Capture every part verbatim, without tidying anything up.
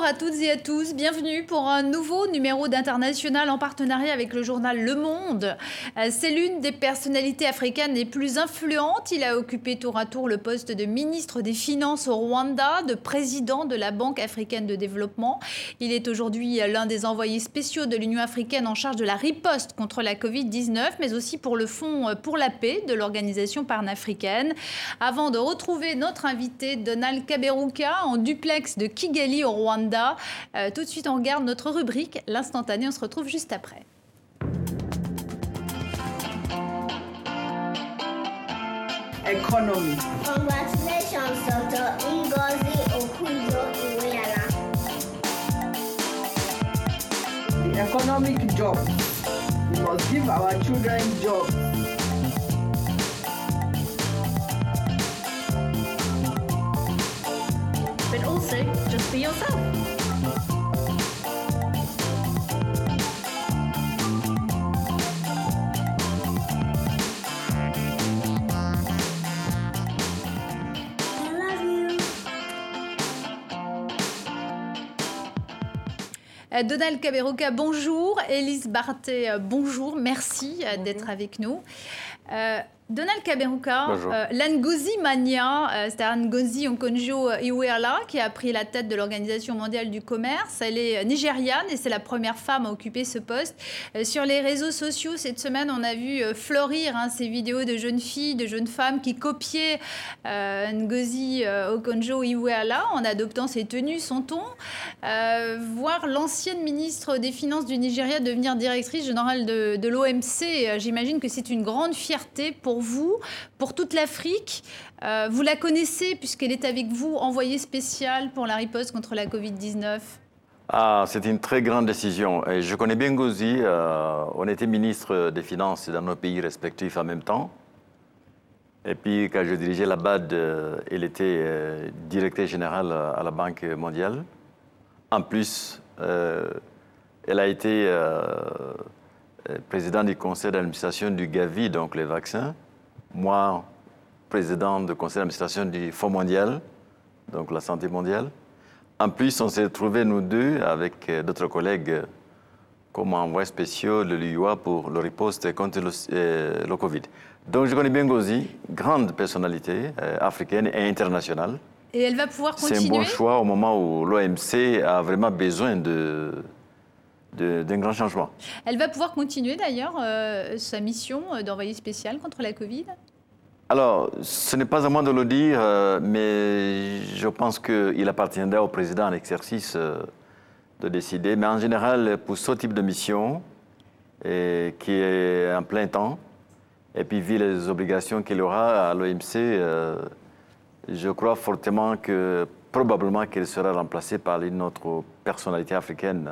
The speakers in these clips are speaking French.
à toutes et à tous, bienvenue pour un nouveau numéro d'International en partenariat avec le journal Le Monde. C'est l'une des personnalités africaines les plus influentes. Il a occupé tour à tour le poste de ministre des Finances au Rwanda, de président de la Banque africaine de développement. Il est aujourd'hui l'un des envoyés spéciaux de l'Union africaine en charge de la riposte contre la covid dix-neuf, mais aussi pour le Fonds pour la paix de l'organisation panafricaine. Avant de retrouver notre invité Donald Kaberuka en duplex de Kigali au Rwanda. Euh, tout de suite, on regarde notre rubrique, l'instantané. On se retrouve juste après. Economy. Congratulations, Doctor Ngozi Okonjo-Iweala. The economic job. We must give our children jobs. But also, just be yourself. I love you. Euh, Donald Kaberuka, bonjour. Élise Barthé, euh, bonjour. Merci euh, d'être avec nous. Euh, Donald Kaberuka, euh, l'Ngozi Mania, euh, c'est Ngozi Okonjo-Iweala qui a pris la tête de l'Organisation mondiale du commerce. Elle est nigériane et c'est la première femme à occuper ce poste. Euh, sur les réseaux sociaux, cette semaine, on a vu euh, fleurir hein, ces vidéos de jeunes filles, de jeunes femmes qui copiaient euh, Ngozi euh, Okonjo-Iweala en adoptant ses tenues, son ton. Euh, voir l'ancienne ministre des Finances du Nigeria devenir directrice générale de, de l'O M C, euh, j'imagine que c'est une grande fierté pour vous, pour toute l'Afrique. Euh, vous la connaissez puisqu'elle est avec vous, envoyée spéciale pour la riposte contre la covid dix-neuf. Ah, c'est une très grande décision. Et je connais bien Ngozi. Euh, on était ministre des Finances dans nos pays respectifs en même temps. Et puis, quand je dirigeais la B A D, euh, elle était euh, directrice générale à la Banque mondiale. En plus, euh, elle a été euh, présidente du conseil d'administration du Gavi, donc les vaccins. Moi, président du conseil d'administration du Fonds mondial, donc la santé mondiale. En plus, on s'est retrouvés, nous deux, avec d'autres collègues, comme envoyés spéciaux de l'U A pour le riposte contre le, euh, le Covid. Donc, je connais bien Ngozi, grande personnalité euh, africaine et internationale. Et elle va pouvoir continuer. C'est un bon choix au moment où l'O M C a vraiment besoin de, de, d'un grand changement. Elle va pouvoir continuer d'ailleurs euh, sa mission d'envoyé spécial contre la Covid. Alors, ce n'est pas à moi de le dire, euh, mais je pense qu'il appartiendra au président en exercice euh, de décider. Mais en général, pour ce type de mission, et, qui est en plein temps, et puis vu les obligations qu'il aura à l'O M C, euh, je crois fortement que probablement qu'elle sera remplacée par une autre personnalité africaine.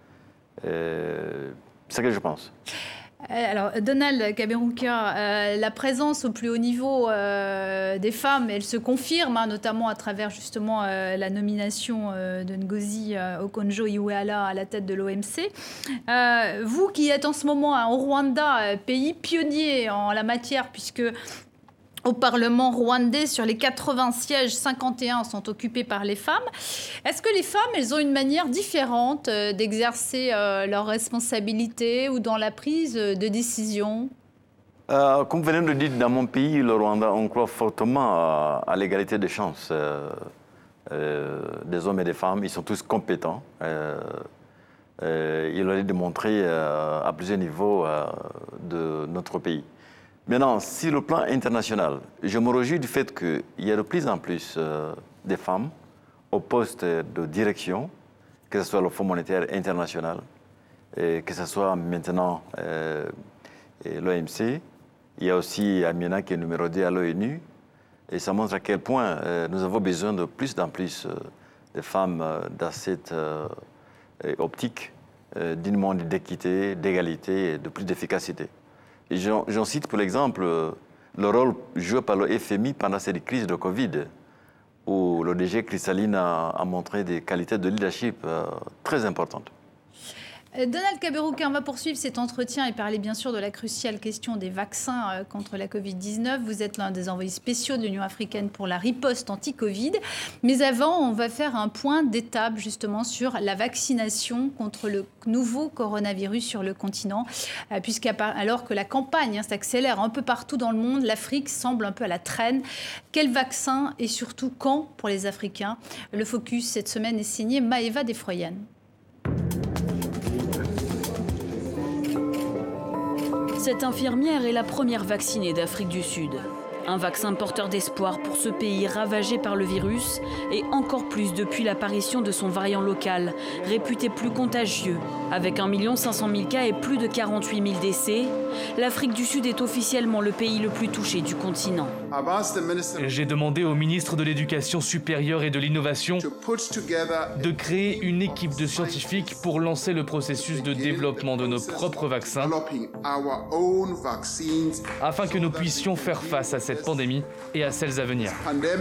Euh, c'est ce que je pense. Alors, Donald Kaberuka, euh, la présence au plus haut niveau euh, des femmes, elle se confirme, hein, notamment à travers justement euh, la nomination euh, de Ngozi euh, Okonjo-Iweala à la tête de l'O M C. Euh, vous qui êtes en ce moment hein, au Rwanda, euh, pays pionnier en la matière, puisque au Parlement rwandais, sur les quatre-vingts sièges, cinquante et un sont occupés par les femmes. Est-ce que les femmes, elles ont une manière différente euh, d'exercer euh, leurs responsabilités ou dans la prise de décision? euh, Comme vous venez de le dire, dans mon pays, le Rwanda, on croit fortement à, à l'égalité des chances euh, euh, des hommes et des femmes. Ils sont tous compétents. Euh, euh, ils l'ont démontré euh, à plusieurs niveaux euh, de notre pays. Maintenant, sur le plan international, je me réjouis du fait qu'il y a de plus en plus euh, de femmes au poste de direction, que ce soit le Fonds monétaire international, et que ce soit maintenant euh, l'O M C. Il y a aussi Amina qui est numéro deux à l'ONU. Et ça montre à quel point euh, nous avons besoin de plus en plus euh, de femmes euh, dans cette euh, optique euh, d'une monde d'équité, d'égalité et de plus d'efficacité. Et j'en, j'en cite pour l'exemple le rôle joué par le F M I pendant cette crise de Covid, où le D G Kristalline a, a montré des qualités de leadership euh, très importantes. Donald Kaberuka, on va poursuivre cet entretien et parler bien sûr de la cruciale question des vaccins contre la covid dix-neuf. Vous êtes l'un des envoyés spéciaux de l'Union africaine pour la riposte anti-Covid. Mais avant, on va faire un point d'étape justement sur la vaccination contre le nouveau coronavirus sur le continent. Puisqu'alors que la campagne s'accélère un peu partout dans le monde, l'Afrique semble un peu à la traîne. Quel vaccin et surtout quand pour les Africains? Le focus cette semaine est signé Maëva Defroyan. Cette infirmière est la première vaccinée d'Afrique du Sud. Un vaccin porteur d'espoir pour ce pays ravagé par le virus et encore plus depuis l'apparition de son variant local, réputé plus contagieux. Avec un million cinq cent mille cas et plus de quarante-huit mille décès, l'Afrique du Sud est officiellement le pays le plus touché du continent. J'ai demandé au ministre de l'Éducation supérieure et de l'Innovation de créer une équipe de scientifiques pour lancer le processus de développement de nos propres vaccins afin que nous puissions faire face à cette pandémie et à celles à venir.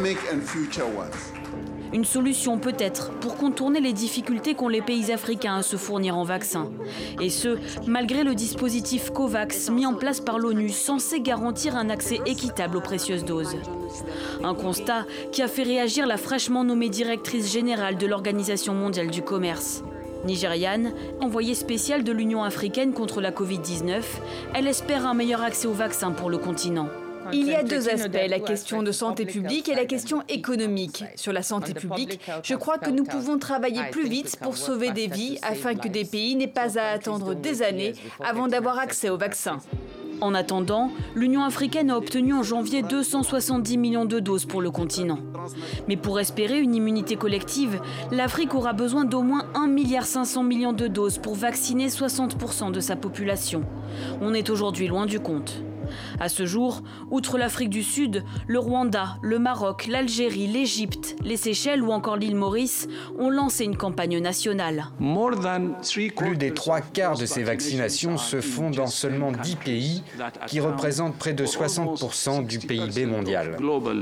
Une solution peut-être pour contourner les difficultés qu'ont les pays africains à se fournir en vaccins. Et ce, malgré le dispositif COVAX mis en place par l'ONU censé garantir un accès équitable aux précieuses doses. Un constat qui a fait réagir la fraîchement nommée directrice générale de l'Organisation mondiale du commerce. Nigériane, envoyée spéciale de l'Union africaine contre la covid dix-neuf, elle espère un meilleur accès aux vaccins pour le continent. Il y a deux aspects, la question de santé publique et la question économique. Sur la santé publique, je crois que nous pouvons travailler plus vite pour sauver des vies afin que des pays n'aient pas à attendre des années avant d'avoir accès aux vaccins. En attendant, l'Union africaine a obtenu en janvier deux cent soixante-dix millions de doses pour le continent. Mais pour espérer une immunité collective, l'Afrique aura besoin d'au moins un milliard cinq cents millions de doses pour vacciner soixante pour cent de sa population. On est aujourd'hui loin du compte. À ce jour, outre l'Afrique du Sud, le Rwanda, le Maroc, l'Algérie, l'Égypte, les Seychelles ou encore l'île Maurice ont lancé une campagne nationale. Plus des trois quarts de ces vaccinations se font dans seulement dix pays, qui représentent près de soixante pour cent du P I B mondial.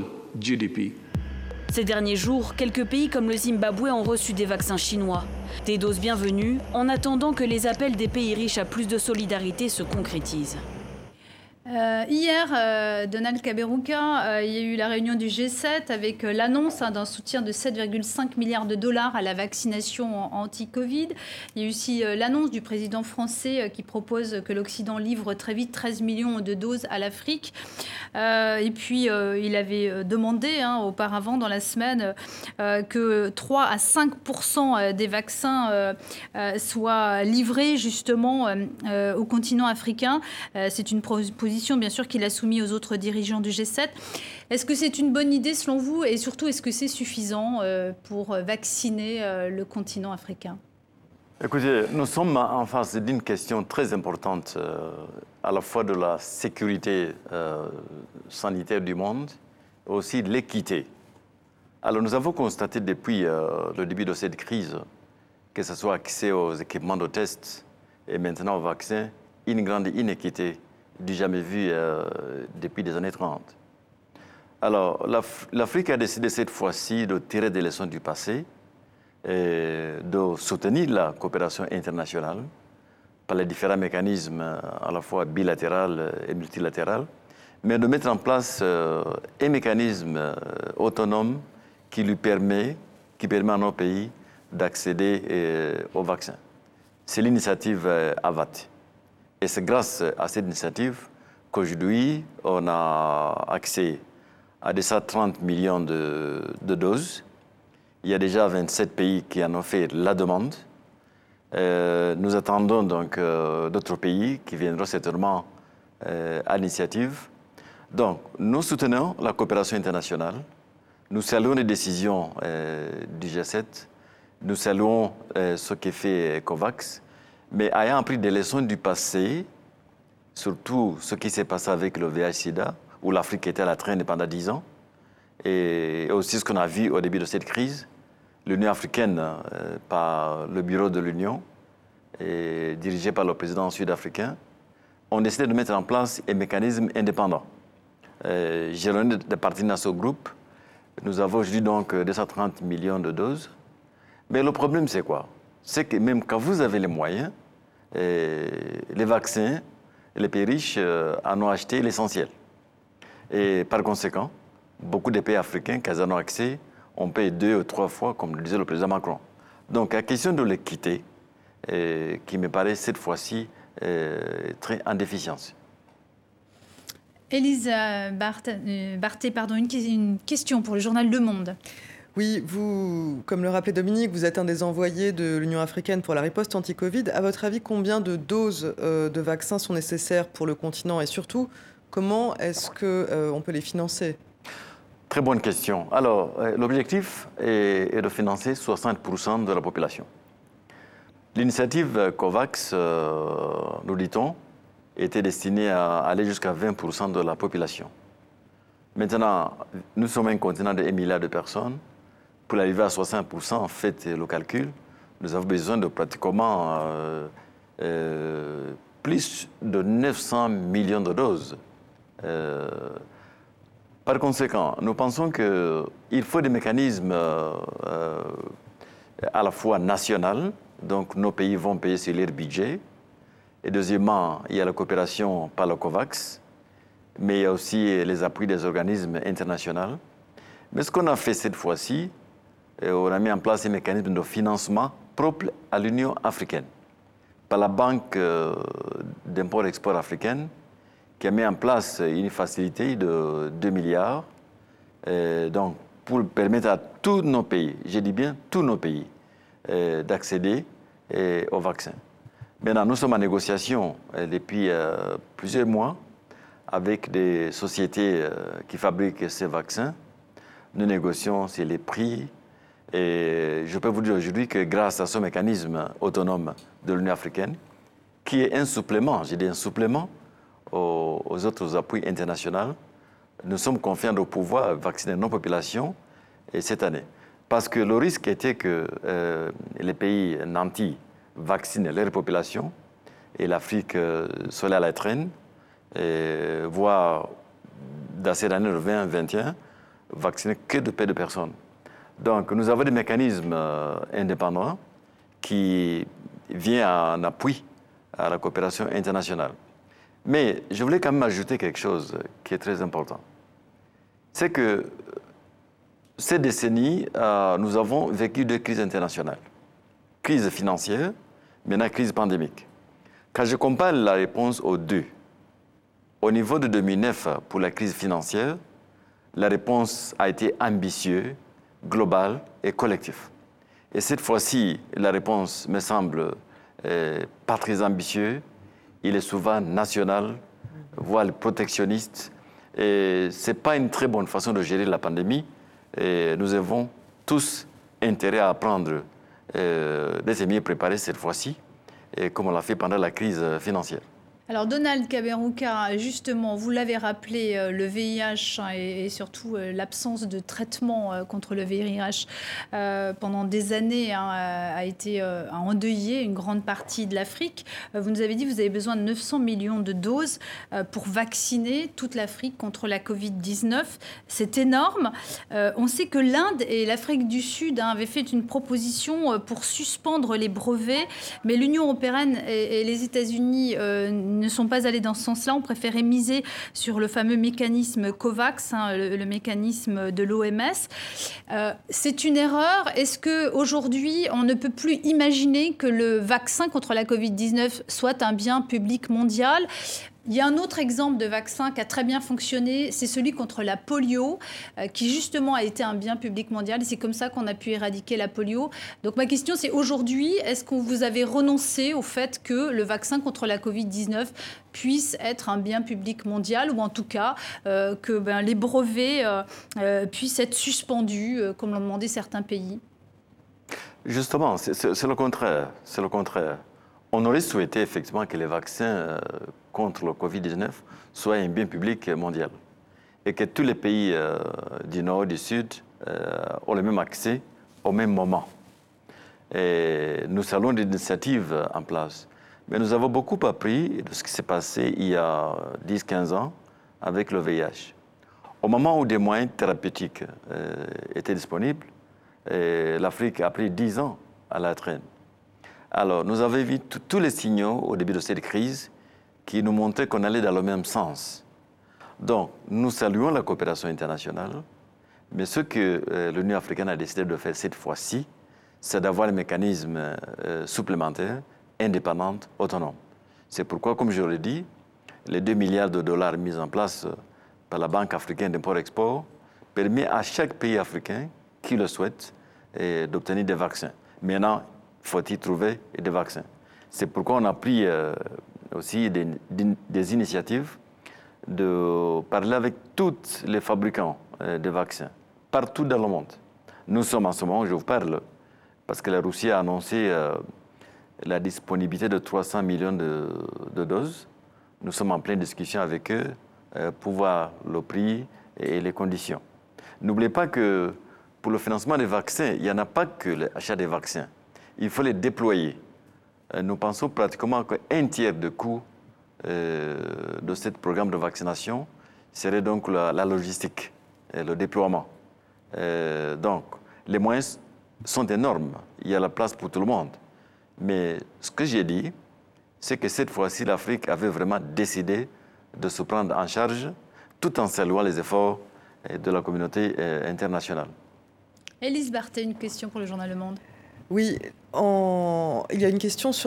Ces derniers jours, quelques pays comme le Zimbabwe ont reçu des vaccins chinois. Des doses bienvenues, en attendant que les appels des pays riches à plus de solidarité se concrétisent. Euh, hier, euh, Donald Kaberuka, euh, il y a eu la réunion du G sept avec euh, l'annonce hein, d'un soutien de sept virgule cinq milliards de dollars à la vaccination anti-Covid. Il y a eu aussi euh, l'annonce du président français euh, qui propose que l'Occident livre très vite treize millions de doses à l'Afrique. Euh, et puis, euh, il avait demandé hein, auparavant dans la semaine euh, que trois à cinq pour cent des vaccins euh, euh, soient livrés justement euh, au continent africain. Euh, c'est une proposition bien sûr qu'il a soumis aux autres dirigeants du G sept. Est-ce que c'est une bonne idée selon vous et surtout est-ce que c'est suffisant pour vacciner le continent africain? Écoutez, nous sommes en face d'une question très importante à la fois de la sécurité sanitaire du monde et aussi de l'équité. Alors nous avons constaté depuis le début de cette crise, que ce soit accès aux équipements de test et maintenant aux vaccins, une grande inéquité du jamais vu euh, depuis les années trente. Alors, l'Afrique a décidé cette fois-ci de tirer des leçons du passé et de soutenir la coopération internationale par les différents mécanismes à la fois bilatéraux et multilatéraux, mais de mettre en place euh, un mécanisme euh, autonome qui lui permet, qui permet à nos pays d'accéder euh, aux vaccins. C'est l'initiative euh, A V A T. Et c'est grâce à cette initiative qu'aujourd'hui, on a accès à deux cent trente millions de, de doses. Il y a déjà vingt-sept pays qui en ont fait la demande. Euh, nous attendons donc euh, d'autres pays qui viendront certainement euh, à l'initiative. Donc, nous soutenons la coopération internationale. Nous saluons les décisions euh, du G sept. Nous saluons euh, ce que fait COVAX. Mais ayant appris des leçons du passé, surtout ce qui s'est passé avec le V I H sida, où l'Afrique était à la traîne pendant dix ans, et aussi ce qu'on a vu au début de cette crise, l'Union africaine, euh, par le bureau de l'Union, et dirigé par le président sud-africain, ont décidé de mettre en place un mécanisme indépendant. Euh, J'ai l'honneur de partenaires à ce groupe. Nous avons aujourd'hui donc deux cent trente millions de doses. Mais le problème, c'est quoi? C'est que même quand vous avez les moyens, Et les vaccins, les pays riches euh, en ont acheté l'essentiel. Et par conséquent, beaucoup de pays africains qui en ont accès, on paye deux ou trois fois, comme le disait le président Macron. Donc, la question de l'équité, euh, qui me paraît cette fois-ci euh, très en déficience. Élise Barthé, pardon, une, une question pour le journal Le Monde. Oui, vous, comme le rappelait Dominique, vous êtes un des envoyés de l'Union africaine pour la riposte anti-Covid. À votre avis, combien de doses euh, de vaccins sont nécessaires pour le continent et surtout, comment est-ce qu'on euh, peut les financer? Très bonne question. Alors, euh, l'objectif est, est de financer soixante pour cent de la population. L'initiative COVAX, euh, nous dit-on, était destinée à aller jusqu'à vingt pour cent de la population. Maintenant, nous sommes un continent de un milliard de personnes. Pour arriver à soixante pour cent, faites le calcul, nous avons besoin de pratiquement euh, euh, plus de neuf cents millions de doses. Euh, par conséquent, nous pensons qu'il faut des mécanismes euh, euh, à la fois nationaux, donc nos pays vont payer sur leur budget. Et deuxièmement, il y a la coopération par le COVAX, mais il y a aussi les appuis des organismes internationaux. Mais ce qu'on a fait cette fois-ci, on a mis en place un mécanisme de financement propre à l'Union africaine, par la Banque d'import-export africaine, qui a mis en place une facilité de deux milliards, donc pour permettre à tous nos pays, je dis bien tous nos pays, d'accéder au vaccin. Maintenant, nous sommes en négociation depuis plusieurs mois avec des sociétés qui fabriquent ces vaccins. Nous négocions sur les prix. Et je peux vous dire aujourd'hui que grâce à ce mécanisme autonome de l'Union africaine, qui est un supplément, j'ai dit un supplément aux, aux autres appuis internationaux, nous sommes confiants de pouvoir vacciner nos populations et cette année. Parce que le risque était que euh, les pays nantis vaccinent leur population et l'Afrique euh, soit à la traîne, et voire dans cette année de vingt vingt et un, vacciner que de peu de personnes. Donc, nous avons des mécanismes euh, indépendants qui viennent en appui à la coopération internationale. Mais je voulais quand même ajouter quelque chose qui est très important. C'est que ces décennies, euh, nous avons vécu deux crises internationales. Crise financière, maintenant crise pandémique. Quand je compare la réponse aux deux, au niveau de deux mille neuf, pour la crise financière, la réponse a été ambitieuse, global et collectif. Et cette fois-ci, la réponse me semble euh, pas très ambitieuse. Il est souvent national, voire protectionniste. Et ce n'est pas une très bonne façon de gérer la pandémie. Et nous avons tous intérêt à apprendre euh, d'être mieux préparés cette fois-ci, et comme on l'a fait pendant la crise financière. Alors Donald Kaberuka, justement, vous l'avez rappelé, le V I H et surtout l'absence de traitement contre le V I H euh, pendant des années hein, a été a endeuillé une grande partie de l'Afrique. Vous nous avez dit que vous avez besoin de neuf cents millions de doses pour vacciner toute l'Afrique contre la covid dix-neuf. C'est énorme. Euh, on sait que l'Inde et l'Afrique du Sud hein, avaient fait une proposition pour suspendre les brevets, mais l'Union européenne et, et les États-Unis euh, ne sont pas allés dans ce sens-là. On préférait miser sur le fameux mécanisme COVAX, hein, le, le mécanisme de l'O M S. Euh, c'est une erreur. Est-ce qu'aujourd'hui, on ne peut plus imaginer que le vaccin contre la covid dix-neuf soit un bien public mondial ? Il y a un autre exemple de vaccin qui a très bien fonctionné, c'est celui contre la polio, euh, qui justement a été un bien public mondial. Et c'est comme ça qu'on a pu éradiquer la polio. Donc ma question, c'est aujourd'hui, est-ce que vous avez renoncé au fait que le vaccin contre la covid dix-neuf puisse être un bien public mondial, ou en tout cas euh, que ben, les brevets euh, euh, puissent être suspendus, euh, comme l'ont demandé certains pays ? Justement, c'est, c'est, c'est le contraire. C'est le contraire. On aurait souhaité effectivement que les vaccins euh, contre le covid dix-neuf soient un bien public mondial et que tous les pays euh, du Nord et du Sud euh, ont le même accès au même moment. Et nous saluons l'initiative en place. Mais nous avons beaucoup appris de ce qui s'est passé il y a dix à quinze ans avec le V I H. Au moment où des moyens thérapeutiques euh, étaient disponibles, l'Afrique a pris dix ans à la traîne. Alors, nous avons vu tous les signaux au début de cette crise qui nous montraient qu'on allait dans le même sens. Donc, nous saluons la coopération internationale, mais ce que euh, l'Union africaine a décidé de faire cette fois-ci, c'est d'avoir un mécanisme euh, supplémentaire, indépendant, autonome. C'est pourquoi, comme je l'ai dit, les deux milliards de dollars mis en place par la Banque africaine d'import-export permet à chaque pays africain qui le souhaite euh, d'obtenir des vaccins. Maintenant, faut-il trouver des vaccins. C'est pourquoi on a pris euh, aussi des, des initiatives de parler avec tous les fabricants euh, de vaccins, partout dans le monde. Nous sommes en ce moment, je vous parle, parce que la Russie a annoncé euh, la disponibilité de trois cents millions de, de doses. Nous sommes en pleine discussion avec eux euh, pour voir le prix et les conditions. N'oubliez pas que pour le financement des vaccins, il n'y en a pas que l'achat des vaccins. Il faut les déployer. Euh, nous pensons pratiquement qu'un tiers de coût euh, de ce programme de vaccination serait donc la, la logistique, et le déploiement. Euh, donc, les moyens sont énormes. Il y a la place pour tout le monde. Mais ce que j'ai dit, c'est que cette fois-ci, l'Afrique avait vraiment décidé de se prendre en charge tout en saluant les efforts de la communauté internationale. Élise Barthé, une question pour le journal Le Monde. Oui, en... il y a une question sur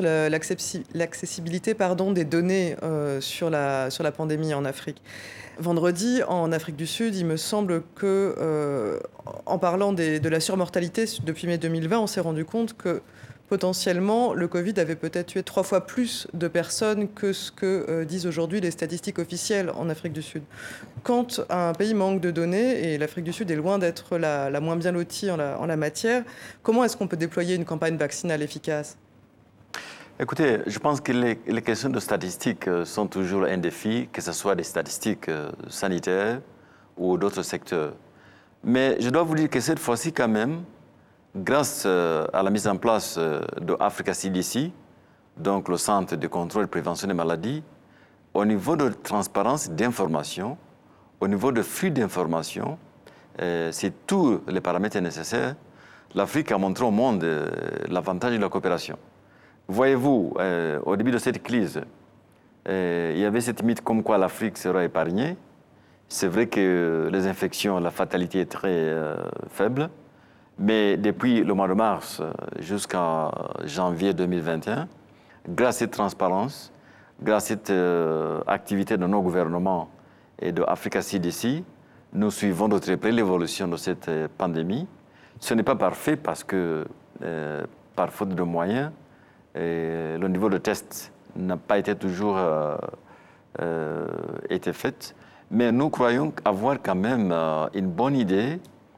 l'accessibilité pardon, des données euh, sur, la, sur la pandémie en Afrique. Vendredi, en Afrique du Sud, il me semble que, euh, en parlant des, de la surmortalité depuis mai deux mille vingt, on s'est rendu compte que potentiellement, le Covid avait peut-être tué trois fois plus de personnes que ce que euh, disent aujourd'hui les statistiques officielles en Afrique du Sud. Quand un pays manque de données, et l'Afrique du Sud est loin d'être la, la moins bien lotie en la, en la matière, comment est-ce qu'on peut déployer une campagne vaccinale efficace ? Écoutez, je pense que les, les questions de statistiques sont toujours un défi, que ce soit des statistiques sanitaires ou d'autres secteurs. Mais je dois vous dire que cette fois-ci, quand même, grâce à la mise en place de Africa C D C, donc le Centre de contrôle et prévention des maladies, au niveau de transparence d'information, au niveau de flux d'information, euh, c'est tous les paramètres nécessaires. L'Afrique a montré au monde euh, l'avantage de la coopération. Voyez-vous, euh, au début de cette crise, euh, il y avait cette mythe comme quoi l'Afrique sera épargnée. C'est vrai que les infections, la fatalité est très euh, faible. Mais depuis le mois de mars jusqu'en janvier deux mille vingt et un, grâce à cette transparence, grâce à cette euh, activité de nos gouvernements et de Africa C D C, nous suivons de très près l'évolution de cette euh, pandémie. Ce n'est pas parfait parce que, euh, par faute de moyens, euh, le niveau de test n'a pas été toujours euh, euh, été fait. Mais nous croyons avoir quand même euh, une bonne idée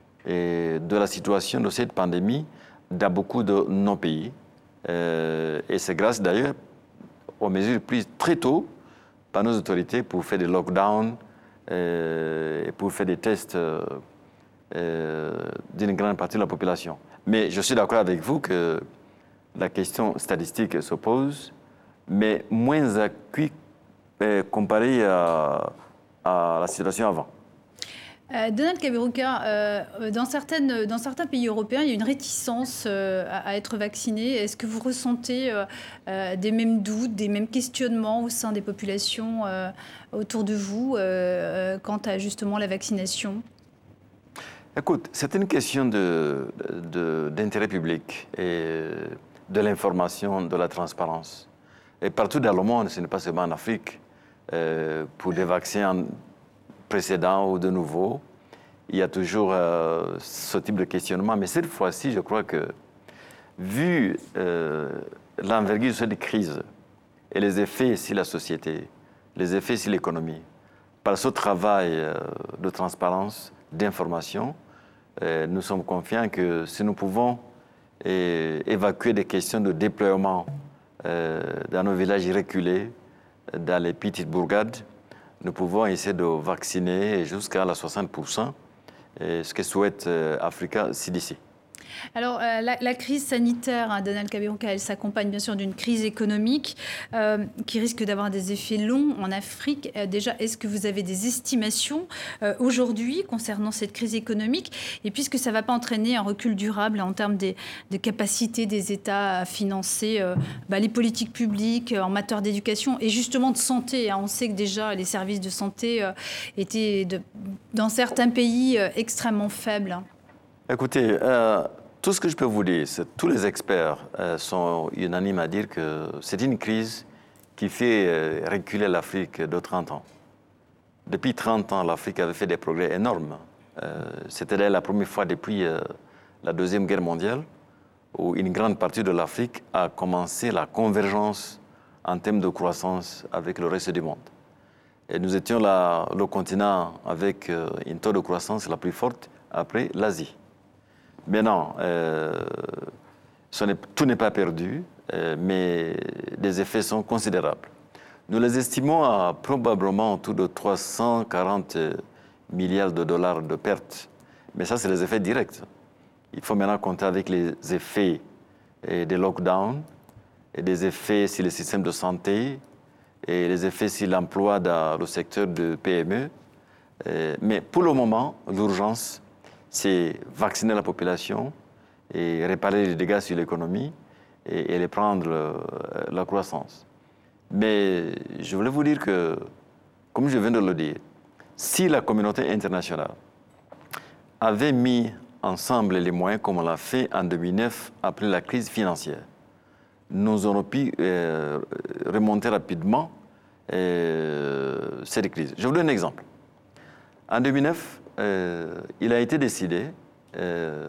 et de la situation de cette pandémie dans beaucoup de nos pays. Euh, et c'est grâce d'ailleurs aux mesures prises très tôt par nos autorités pour faire des lockdowns euh, et pour faire des tests euh, euh, d'une grande partie de la population. Mais je suis d'accord avec vous que la question statistique se pose, mais moins acquis euh, comparé à, à la situation avant. Euh, Donald Kaberuka, euh, dans, certaines, dans certains pays européens, il y a une réticence euh, à, à être vacciné. Est-ce que vous ressentez euh, euh, des mêmes doutes, des mêmes questionnements au sein des populations euh, autour de vous euh, quant à justement la vaccination ? Écoute, c'est une question de, de, d'intérêt public et de l'information, de la transparence. Et partout dans le monde, ce n'est pas seulement en Afrique, euh, pour des vaccins précédents ou de nouveaux, il y a toujours euh, ce type de questionnement. Mais cette fois-ci, je crois que, vu euh, l'envergure de cette crise et les effets sur la société, les effets sur l'économie, par ce travail euh, de transparence, d'information, euh, nous sommes confiants que si nous pouvons euh, évacuer des questions de déploiement euh, dans nos villages reculés, dans les petites bourgades, nous pouvons essayer de vacciner jusqu'à la soixante pour cent, ce que souhaite Africa C D C. Alors, euh, la, la crise sanitaire, hein, Donald Kaberuka, elle s'accompagne bien sûr d'une crise économique euh, qui risque d'avoir des effets longs en Afrique. Euh, déjà, est-ce que vous avez des estimations euh, aujourd'hui concernant cette crise économique? Et puisque ça ne va pas entraîner un recul durable en termes des, des capacités des États à financer euh, bah, les politiques publiques euh, en matière d'éducation et justement de santé, hein. On sait que déjà les services de santé euh, étaient, de, dans certains pays, euh, extrêmement faibles. Écoutez, euh, tout ce que je peux vous dire, c'est que tous les experts euh, sont unanimes à dire que c'est une crise qui fait euh, reculer l'Afrique de trente ans. Depuis trente ans, l'Afrique avait fait des progrès énormes. Euh, C'était la première fois depuis euh, la Deuxième Guerre mondiale où une grande partie de l'Afrique a commencé la convergence en termes de croissance avec le reste du monde. Et nous étions là, le continent avec euh, une taux de croissance la plus forte après l'Asie. Maintenant, euh, tout n'est pas perdu, euh, mais les effets sont considérables. Nous les estimons à probablement autour de trois cent quarante milliards de dollars de pertes. Mais ça, c'est les effets directs. Il faut maintenant compter avec les effets euh, des lockdowns, et des effets sur le système de santé, et les effets sur l'emploi dans le secteur de P M E. Euh, mais pour le moment, l'urgence, c'est vacciner la population et réparer les dégâts sur l'économie et, et reprendre le, la croissance. Mais je voulais vous dire que, comme je viens de le dire, si la communauté internationale avait mis ensemble les moyens comme on l'a fait en deux mille neuf après la crise financière, nous aurions pu euh, remonter rapidement euh, cette crise. Je vous donne un exemple. En deux mille neuf, Euh, il a été décidé euh,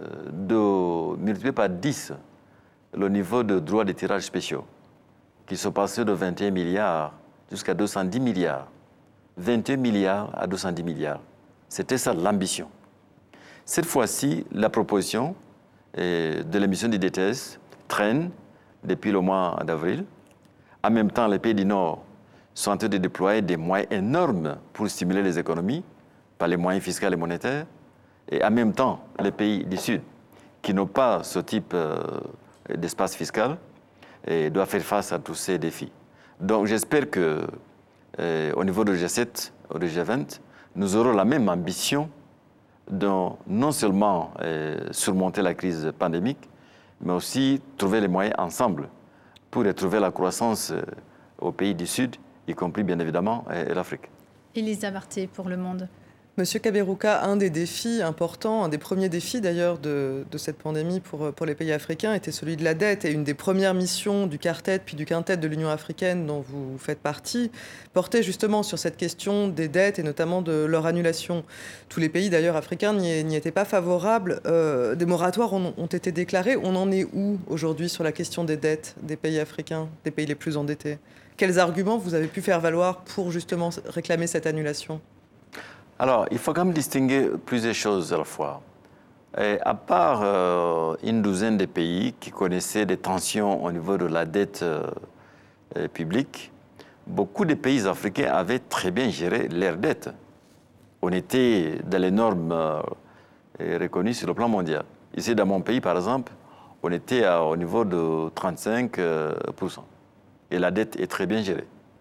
de multiplier par dix le niveau de droits de tirage spéciaux, qui sont passés de vingt et un milliards jusqu'à deux cent dix milliards. vingt et un milliards à deux cent dix milliards. C'était ça l'ambition. Cette fois-ci, la proposition euh, de l'émission du D T S traîne depuis le mois d'avril. En même temps, les pays du Nord sont en train de déployer des moyens énormes pour stimuler les économies, par les moyens fiscaux et monétaires, et en même temps, les pays du Sud, qui n'ont pas ce type euh, d'espace fiscal, et doivent faire face à tous ces défis. Donc j'espère que, euh, au niveau du G sept ou du G vingt, nous aurons la même ambition de non seulement euh, surmonter la crise pandémique, mais aussi trouver les moyens ensemble pour retrouver la croissance euh, aux pays du Sud, y compris bien évidemment euh, l'Afrique. Elisa Barthé pour Le Monde. Monsieur Kaberuka, un des défis importants, un des premiers défis d'ailleurs de, de cette pandémie pour, pour les pays africains était celui de la dette. Et une des premières missions du quartet puis du quintet de l'Union africaine dont vous faites partie portait justement sur cette question des dettes et notamment de leur annulation. Tous les pays d'ailleurs africains n'y étaient pas favorables. Euh, des moratoires ont, ont été déclarés. On en est où aujourd'hui sur la question des dettes des pays africains, des pays les plus endettés? Quels arguments vous avez pu faire valoir pour justement réclamer cette annulation? Alors, il faut quand même distinguer plusieurs choses à la fois. Et à part euh, une douzaine de pays qui connaissaient des tensions au niveau de la dette euh, publique, beaucoup de pays africains avaient très bien géré leurs dettes. On était dans les normes euh, reconnues sur le plan mondial. Ici, dans mon pays, par exemple, on était à, au niveau de trente-cinq pour cent. Et la dette est très bien gérée.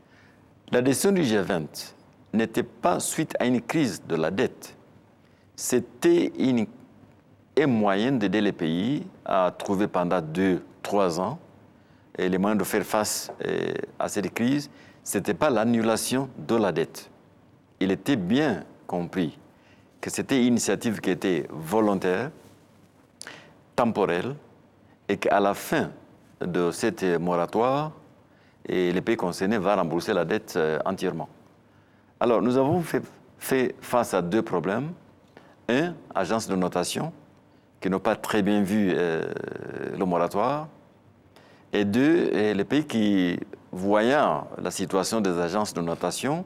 La décision du G vingt n'était pas suite à une crise de la dette. C'était une, un moyen d'aider les pays à trouver pendant deux, trois ans et les moyens de faire face eh, à cette crise. Ce n'était pas l'annulation de la dette. Il était bien compris que c'était une initiative qui était volontaire, temporelle, et qu'à la fin de cette moratoire, et les pays concernés vont rembourser la dette euh, entièrement. Alors, nous avons fait, fait face à deux problèmes. Un, agences de notation, qui n'ont pas très bien vu euh, le moratoire. Et deux, et les pays qui, voyant la situation des agences de notation,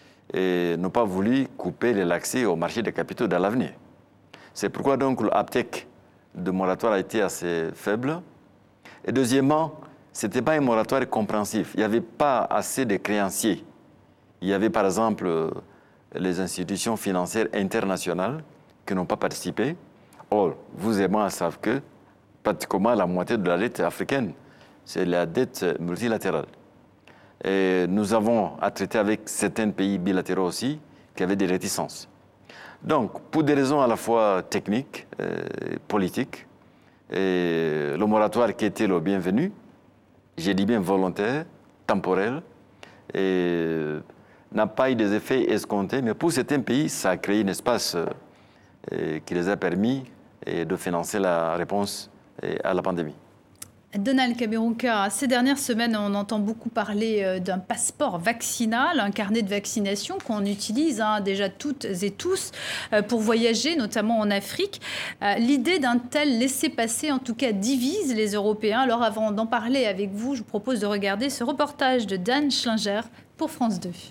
n'ont pas voulu couper l'accès au marché des capitaux dans l'avenir. C'est pourquoi donc l'uptake de moratoire a été assez faible. Et deuxièmement, ce n'était pas un moratoire compréhensif. Il n'y avait pas assez de créanciers. Il y avait par exemple les institutions financières internationales qui n'ont pas participé. Or, vous et moi savons que pratiquement la moitié de la dette africaine. C'est la dette multilatérale. Et nous avons à traiter avec certains pays bilatéraux aussi qui avaient des réticences. Donc, pour des raisons à la fois techniques, euh, politiques, et le moratoire qui était le bienvenu, j'ai dit bien volontaire, temporel, et n'a pas eu des effets escomptés, mais pour certains pays, ça a créé un espace euh, qui les a permis et de financer la réponse à la pandémie. Donald Kaberuka, ces dernières semaines, on entend beaucoup parler d'un passeport vaccinal, un carnet de vaccination qu'on utilise hein, déjà toutes et tous pour voyager, notamment en Afrique. L'idée d'un tel laissez-passer, en tout cas, divise les Européens. Alors avant d'en parler avec vous, je vous propose de regarder ce reportage de Dan Schlinger pour France deux.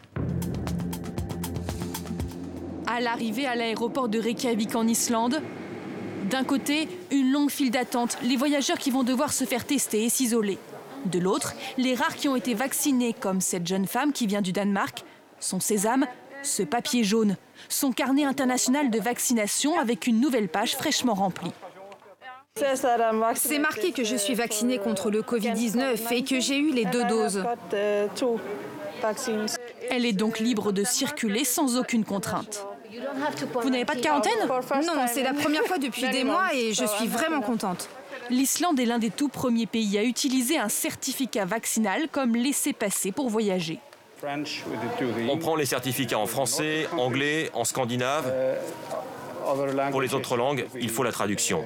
À l'arrivée à l'aéroport de Reykjavik en Islande, d'un côté, une longue file d'attente, les voyageurs qui vont devoir se faire tester et s'isoler. De l'autre, les rares qui ont été vaccinés, comme cette jeune femme qui vient du Danemark, son sésame, ce papier jaune, son carnet international de vaccination avec une nouvelle page fraîchement remplie. C'est marqué que je suis vaccinée contre le Covid dix-neuf et que j'ai eu les deux doses. Elle est donc libre de circuler sans aucune contrainte. Vous n'avez pas de quarantaine? Non, c'est la première fois depuis des mois et je suis vraiment contente. L'Islande est l'un des tout premiers pays à utiliser un certificat vaccinal comme laissez-passer pour voyager. On prend les certificats en français, anglais, en scandinave. Pour les autres langues, il faut la traduction.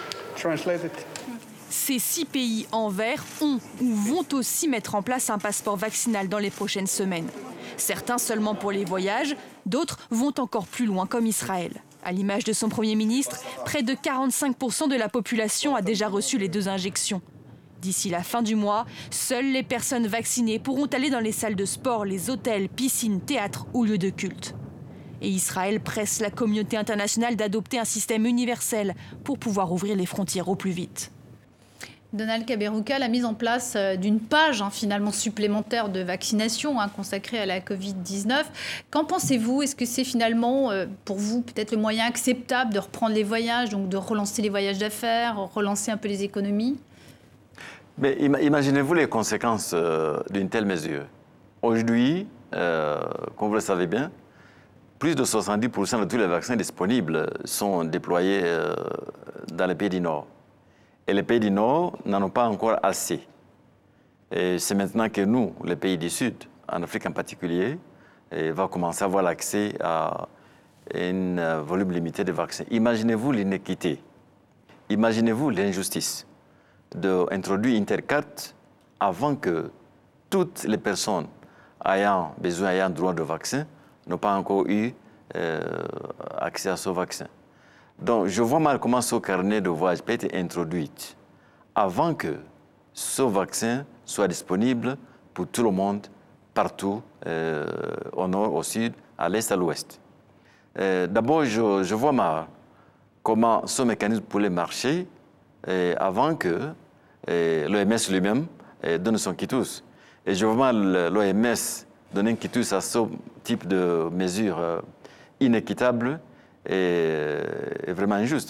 Ces six pays en vert ont ou vont aussi mettre en place un passeport vaccinal dans les prochaines semaines. Certains seulement pour les voyages, d'autres vont encore plus loin comme Israël. À l'image de son Premier ministre, près de quarante-cinq pour cent de la population a déjà reçu les deux injections. D'ici la fin du mois, seules les personnes vaccinées pourront aller dans les salles de sport, les hôtels, piscines, théâtres ou lieux de culte. Et Israël presse la communauté internationale d'adopter un système universel pour pouvoir ouvrir les frontières au plus vite. Donald Kaberuka, la mise en place d'une page hein, finalement supplémentaire de vaccination hein, consacrée à la Covid dix-neuf. Qu'en pensez-vous? Est-ce que c'est finalement euh, pour vous peut-être le moyen acceptable de reprendre les voyages, donc de relancer les voyages d'affaires, relancer un peu les économies? Mais imaginez-vous les conséquences euh, d'une telle mesure. Aujourd'hui, euh, comme vous le savez bien, plus de soixante-dix pour cent de tous les vaccins disponibles sont déployés euh, dans les pays du Nord. Et les pays du Nord n'en ont pas encore assez. Et c'est maintenant que nous, les pays du Sud, en Afrique en particulier, va commencer à avoir l'accès à un volume limité de vaccins. Imaginez-vous l'inéquité, imaginez-vous l'injustice d'introduire Intercarte avant que toutes les personnes ayant besoin, ayant droit de vaccin, n'ont pas encore eu euh, accès à ce vaccin. Donc, je vois mal comment ce carnet de voyage peut être introduit avant que ce vaccin soit disponible pour tout le monde, partout, euh, au nord, au sud, à l'est, à l'ouest. Euh, D'abord, je, je vois mal comment ce mécanisme pourrait marcher euh, avant que euh, l'O M S lui-même euh, donne son quitus. Et je vois mal l'O M S donner un quitus à ce type de mesures euh, inéquitables et vraiment injuste.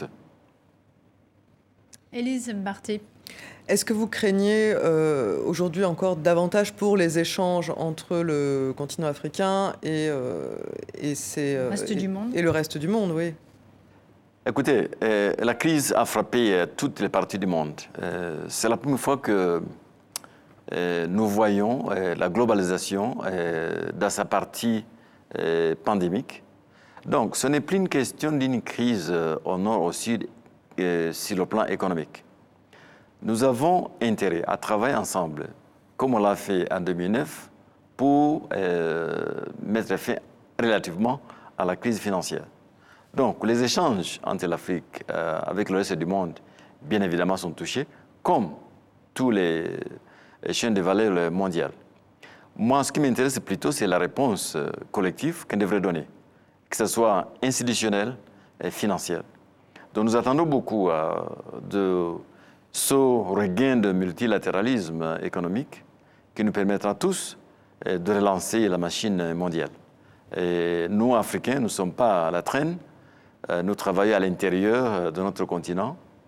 Élise Barthé. Est-ce que vous craignez euh, aujourd'hui encore davantage pour les échanges entre le continent africain et, euh, et, ses, le reste et, du monde. et le reste du monde, oui. Écoutez, euh, la crise a frappé euh, toutes les parties du monde. Euh, c'est la première fois que euh, nous voyons euh, la globalisation euh, dans sa partie euh, pandémique. Donc, ce n'est plus une question d'une crise euh, au nord, au sud, euh, sur le plan économique. Nous avons intérêt à travailler ensemble, comme on l'a fait en deux mille neuf, pour euh, mettre fin relativement à la crise financière. Donc, les échanges entre l'Afrique euh, avec le reste du monde, bien évidemment, sont touchés, comme tous les, les chaînes de valeur mondiales. Moi, ce qui m'intéresse plutôt, c'est la réponse euh, collective qu'on devrait donner, que ce soit institutionnel et financier. Donc nous attendons beaucoup euh, de ce regain de multilatéralisme économique qui nous permettra tous euh, de relancer la machine mondiale. Et nous, Africains, nous ne sommes pas à la traîne, euh, nous travaillons à l'intérieur de notre continent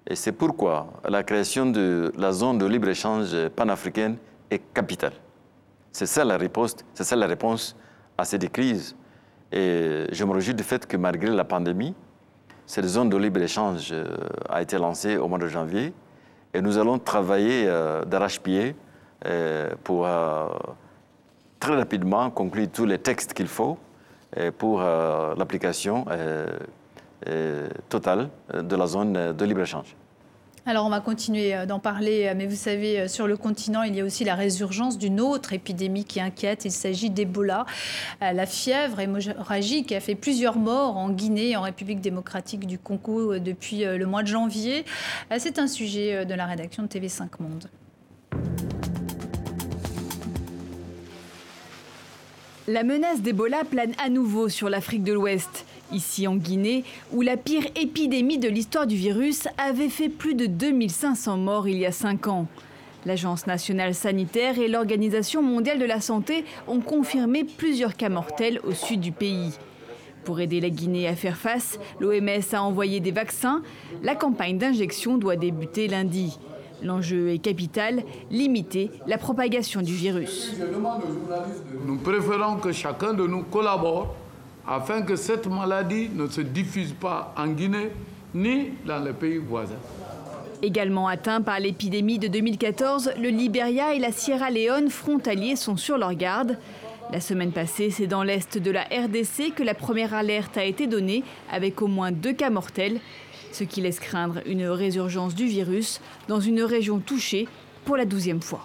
Et c'est pourquoi la création de la zone de libre-échange panafricaine est capitale. C'est ça la riposte, c'est ça la réponse à cette crise. Et je me réjouis du fait que malgré la pandémie, cette zone de libre-échange a été lancée au mois de janvier. Et nous allons travailler euh, d'arrache-pied euh, pour euh, très rapidement conclure tous les textes qu'il faut euh, pour euh, l'application euh, euh, totale de la zone de libre-échange. Alors on va continuer d'en parler, mais vous savez, sur le continent, il y a aussi la résurgence d'une autre épidémie qui inquiète. Il s'agit d'Ebola, la fièvre hémorragique qui a fait plusieurs morts en Guinée et en République démocratique du Congo depuis le mois de janvier. C'est un sujet de la rédaction de T V cinq Monde. La menace d'Ebola plane à nouveau sur l'Afrique de l'Ouest. Ici en Guinée, où la pire épidémie de l'histoire du virus avait fait plus de deux mille cinq cents morts il y a cinq ans. L'Agence nationale sanitaire et l'Organisation mondiale de la santé ont confirmé plusieurs cas mortels au sud du pays. Pour aider la Guinée à faire face, l'O M S a envoyé des vaccins. La campagne d'injection doit débuter lundi. L'enjeu est capital, limiter la propagation du virus. Nous préférons que chacun de nous collabore afin que cette maladie ne se diffuse pas en Guinée ni dans les pays voisins. Également atteints par l'épidémie de deux mille quatorze, le Libéria et la Sierra Leone frontaliers sont sur leur garde. La semaine passée, c'est dans l'est de la R D C que la première alerte a été donnée, avec au moins deux cas mortels, ce qui laisse craindre une résurgence du virus dans une région touchée pour la douzième fois.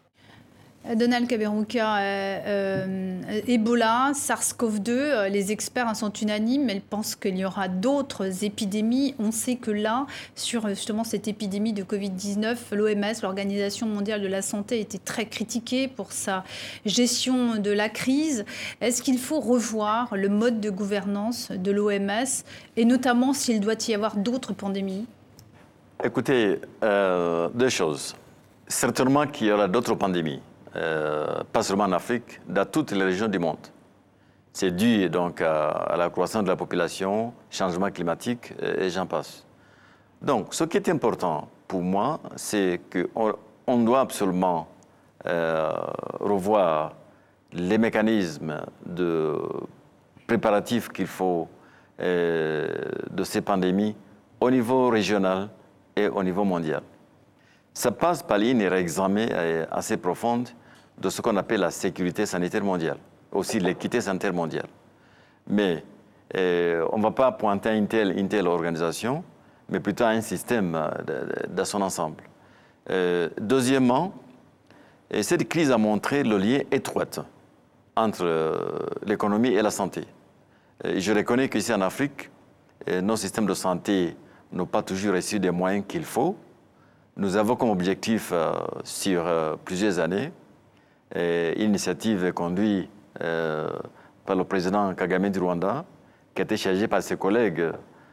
Donald Kaberuka, euh, euh, Ebola, SARS-CoV deux, euh, les experts sont unanimes, ils pensent qu'il y aura d'autres épidémies. On sait que là, sur justement cette épidémie de Covid dix-neuf, l'O M S, l'Organisation mondiale de la santé, était très critiquée pour sa gestion de la crise. Est-ce qu'il faut revoir le mode de gouvernance de l'O M S, et notamment s'il doit y avoir d'autres pandémies? Écoutez, euh, deux choses. Certainement qu'il y aura d'autres pandémies. Euh, pas seulement en Afrique, dans toutes les régions du monde. C'est dû donc à, à la croissance de la population, changement climatique et, et j'en passe. Donc, ce qui est important pour moi, c'est qu'on on doit absolument euh, revoir les mécanismes de préparatifs qu'il faut euh, de ces pandémies au niveau régional et au niveau mondial. Ça passe par une réexamen assez profonde de ce qu'on appelle la sécurité sanitaire mondiale, aussi l'équité sanitaire mondiale. Mais euh, on ne va pas pointer à une telle, une telle organisation, mais plutôt à un système de, de, de son ensemble. Euh, deuxièmement, cette crise a montré le lien étroit entre euh, l'économie et la santé. Et je reconnais qu'ici en Afrique, euh, nos systèmes de santé n'ont pas toujours reçu des moyens qu'il faut. Nous avons comme objectif euh, sur euh, plusieurs années euh, une initiative conduite euh, par le président Kagame du Rwanda, qui a été chargé par ses collègues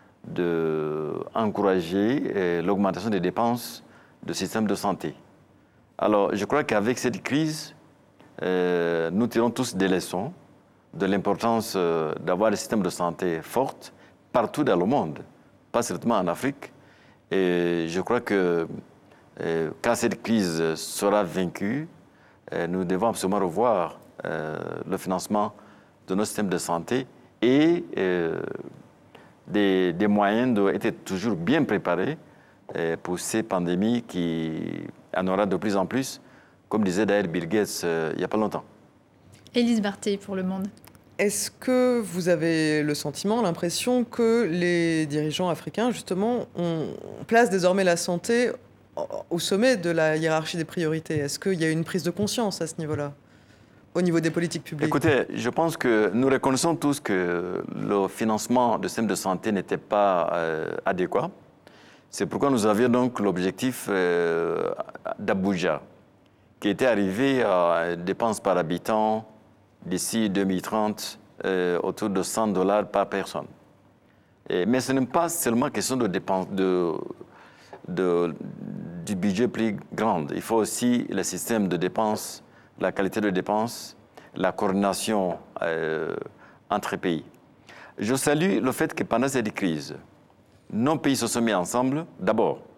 d'encourager euh, l'augmentation des dépenses du système de santé. Alors, je crois qu'avec cette crise, euh, nous tirons tous des leçons de l'importance euh, d'avoir des systèmes de santé forts partout dans le monde, pas seulement en Afrique. Et je crois que euh, quand cette crise sera vaincue, euh, nous devons absolument revoir euh, le financement de nos systèmes de santé et euh, des, des moyens d'être toujours bien préparés euh, pour ces pandémies qui en aura de plus en plus, comme disait d'ailleurs Bill Gates euh, il n'y a pas longtemps. Élise Barthé pour Le Monde. Est-ce que vous avez le sentiment, l'impression que les dirigeants africains, justement, on place désormais la santé au sommet de la hiérarchie des priorités? Est-ce qu'il y a une prise de conscience à ce niveau-là, au niveau des politiques publiques? Écoutez, je pense que nous reconnaissons tous que le financement du système de santé n'était pas euh, adéquat. C'est pourquoi nous avions donc l'objectif euh, d'Abuja, qui était arrivé à dépenses par habitant d'ici deux mille trente, euh, autour de cent dollars par personne. Et, mais ce n'est pas seulement question de dépenses, de, de, du budget plus grand. Il faut aussi le système de dépenses, la qualité de dépenses, la coordination euh, entre pays. Je salue le fait que pendant cette crise, nos pays se sont mis ensemble, d'abord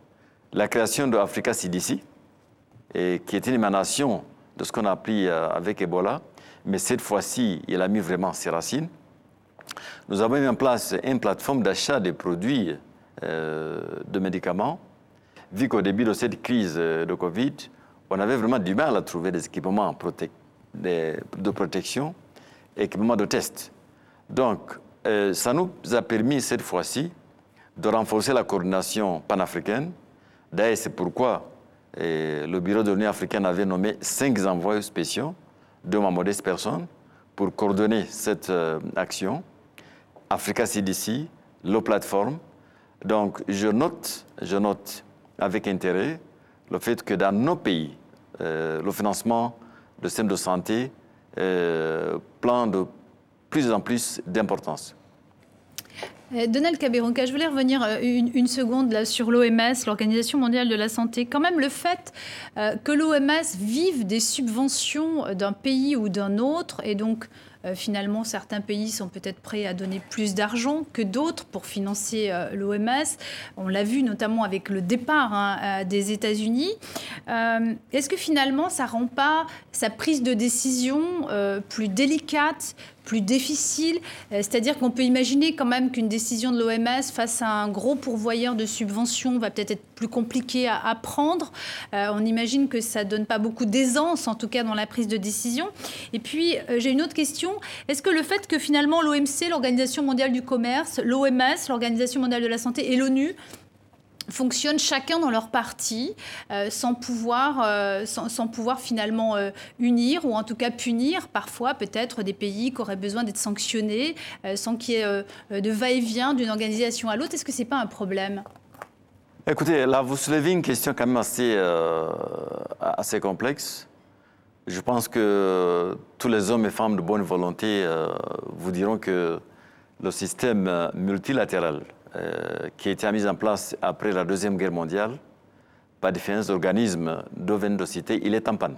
la création de Africa C D C, et qui est une émanation de ce qu'on a appris avec Ebola, mais cette fois-ci, il a mis vraiment ses racines. Nous avons mis en place une plateforme d'achat des produits euh, de médicaments, vu qu'au début de cette crise de Covid, on avait vraiment du mal à trouver des équipements prote de, de protection, équipements de test. Donc, euh, ça nous a permis cette fois-ci de renforcer la coordination panafricaine. D'ailleurs, c'est pourquoi euh, le bureau de l'Union africaine avait nommé cinq envoyés spéciaux de ma modeste personne pour coordonner cette euh, action. Africa C D C, la plateforme. Donc, je note, je note avec intérêt le fait que dans nos pays, euh, le financement de système de santé euh, prend de plus en plus d'importance. Donald Kaberuka, je voulais revenir une, une seconde là, sur l'O M S, l'Organisation mondiale de la santé. Quand même, le fait euh, que l'O M S vive des subventions d'un pays ou d'un autre, et donc euh, finalement, certains pays sont peut-être prêts à donner plus d'argent que d'autres pour financer euh, l'O M S. On l'a vu notamment avec le départ hein, des États-Unis. Euh, est-ce que finalement, ça ne rend pas sa prise de décision euh, plus délicate, plus difficile, c'est-à-dire qu'on peut imaginer quand même qu'une décision de l'O M S face à un gros pourvoyeur de subventions va peut-être être plus compliquée à, à prendre. Euh, on imagine que ça ne donne pas beaucoup d'aisance, en tout cas dans la prise de décision. Et puis, euh, j'ai une autre question. Est-ce que le fait que finalement l'O M C, l'Organisation mondiale du commerce, l'O M S, l'Organisation mondiale de la santé et l'ONU fonctionnent chacun dans leur parti, euh, sans, pouvoir, euh, sans, sans pouvoir finalement euh, unir ou en tout cas punir parfois peut-être des pays qui auraient besoin d'être sanctionnés euh, sans qu'il y ait euh, de va-et-vient d'une organisation à l'autre. Est-ce que ce n'est pas un problème? Écoutez, là, vous soulevez une question quand même assez, euh, assez complexe. Je pense que tous les hommes et femmes de bonne volonté euh, vous diront que le système multilatéral Euh, qui a été mise en place après la Deuxième Guerre mondiale par différents organismes dont viennent de citer, il est en panne.